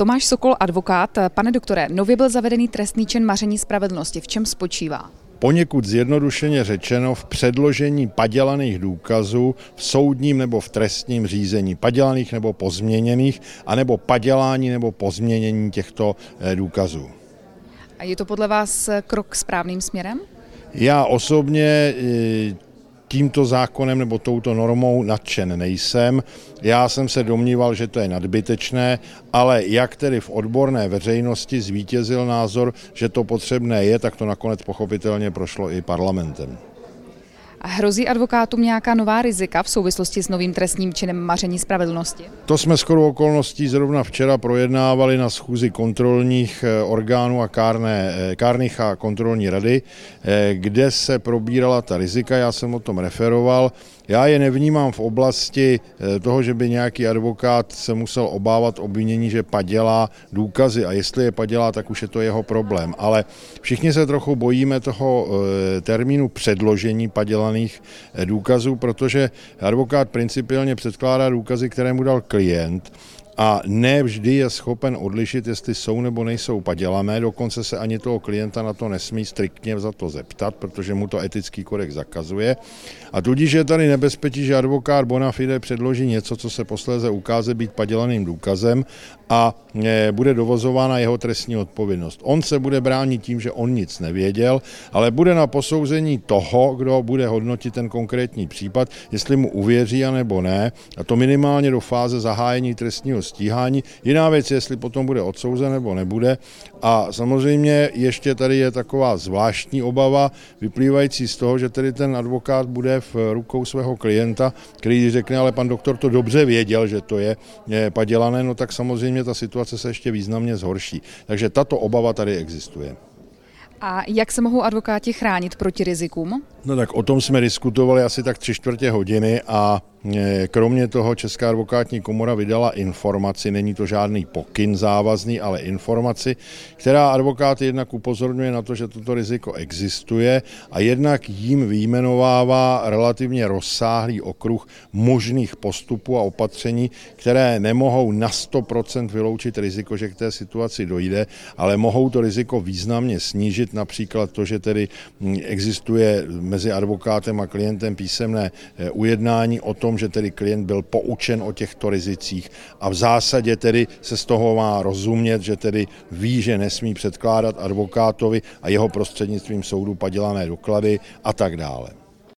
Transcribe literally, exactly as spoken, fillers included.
Tomáš Sokol, advokát. Pane doktore, nově byl zavedený trestný čin maření spravedlnosti. V čem spočívá? Poněkud zjednodušeně řečeno v předložení padělaných důkazů v soudním nebo v trestním řízení, padělaných nebo pozměněných, anebo padělání nebo pozměnění těchto důkazů. A je to podle vás krok správným směrem? Já osobně tímto zákonem nebo touto normou nadšen nejsem. Já jsem se domníval, že to je nadbytečné, ale jak tedy v odborné veřejnosti zvítězil názor, že to potřebné je, tak to nakonec pochopitelně prošlo i parlamentem. A hrozí advokátům nějaká nová rizika v souvislosti s novým trestním činem maření spravedlnosti? To jsme shodou okolností zrovna včera projednávali na schůzi kontrolních orgánů a kárné, kárných a kontrolní rady, kde se probírala ta rizika, já jsem o tom referoval. Já je nevnímám v oblasti toho, že by nějaký advokát se musel obávat obvinění, že padělá důkazy, a jestli je padělá, tak už je to jeho problém. Ale všichni se trochu bojíme toho termínu předložení padělaných důkazů, protože advokát principiálně předkládá důkazy, které mu dal klient, a ne vždy je schopen odlišit, jestli jsou nebo nejsou padělané, dokonce se ani toho klienta na to nesmí striktně za to zeptat, protože mu to etický kodex zakazuje. A tudíž je tady nebezpečí, že advokát bona fide předloží něco, co se posléze ukáže být padělaným důkazem a bude dovozována jeho trestní odpovědnost. On se bude bránit tím, že on nic nevěděl, ale bude na posouzení toho, kdo bude hodnotit ten konkrétní případ, jestli mu uvěří a nebo ne, a to minimálně do fáze zahájení trestního stíhání. Jiná věc je, jestli potom bude odsouzen nebo nebude. A samozřejmě ještě tady je taková zvláštní obava, vyplývající z toho, že tedy ten advokát bude v rukou svého klienta, který řekne, ale pan doktor to dobře věděl, že to je padělané, no tak samozřejmě ta situace se ještě významně zhorší. Takže tato obava tady existuje. A jak se mohou advokáti chránit proti rizikům? No tak o tom jsme diskutovali asi tak tři čtvrtě hodiny a kromě toho Česká advokátní komora vydala informaci, není to žádný pokyn závazný, ale informaci, která advokát jednak upozorňuje na to, že toto riziko existuje a jednak jim vyjmenovává relativně rozsáhlý okruh možných postupů a opatření, které nemohou na sto procent vyloučit riziko, že k té situaci dojde, ale mohou to riziko významně snížit, například to, že tedy existuje mezi advokátem a klientem písemné ujednání o tom, že tedy klient byl poučen o těchto rizicích a v zásadě tedy se z toho má rozumět, že tedy ví, že nesmí předkládat advokátovi a jeho prostřednictvím soudu padělané doklady a tak dále.